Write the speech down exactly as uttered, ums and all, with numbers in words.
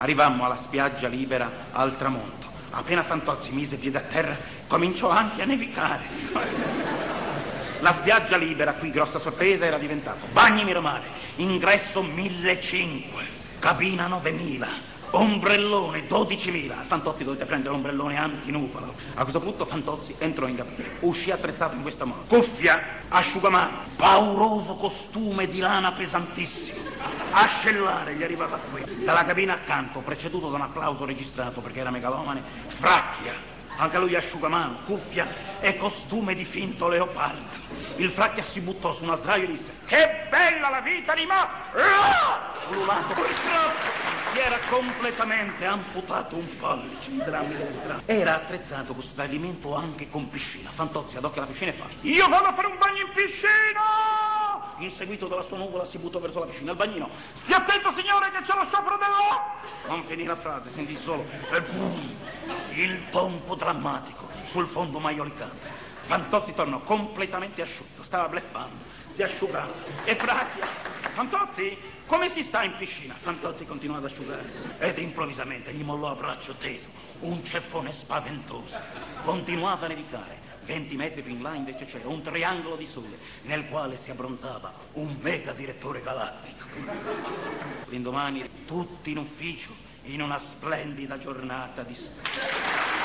Arrivammo alla spiaggia libera al tramonto. Appena Fantozzi mise piede a terra, cominciò anche a nevicare. La spiaggia libera, qui grossa sorpresa, era diventato Bagni Miramare, ingresso millecinquecento, cabina novemila, ombrellone dodicimila. Fantozzi dovette prendere l'ombrellone antinuvolo. A questo punto Fantozzi entrò in cabina, uscì attrezzato in questo modo: cuffia, asciugamano, pauroso costume di lana pesantissimo. Ascellare gli arrivava qui. Dalla cabina accanto, preceduto da un applauso registrato perché era megalomane, Fracchia, anche lui asciugamano, cuffia e costume di finto leopardo. Il Fracchia si buttò su una sdraio e disse: che bella la vita di ma... Ululato, purtroppo si era completamente amputato un pollice, i drammi delle strade. Era attrezzato questo stabilimento anche con piscina. Fantozzi ad occhio alla piscina e fa: io vado a fare un bagno in piscina! Inseguito dalla sua nuvola si buttò verso la piscina. Al bagnino: stia attento signore che c'è lo sciopero dell'o... Non finì la frase, sentì solo e boom, il tonfo drammatico sul fondo maiolicante. Fantozzi tornò completamente asciutto, stava bleffando, si asciugava. E Fracchia: Fantozzi, come si sta in piscina? Fantozzi continuò ad asciugarsi ed improvvisamente gli mollò a braccio teso un ceffone spaventoso. Continuava a nevicare. venti metri più in là invece c'era un triangolo di sole nel quale si abbronzava un mega direttore galattico. L'indomani tutti in ufficio in una splendida giornata di sole.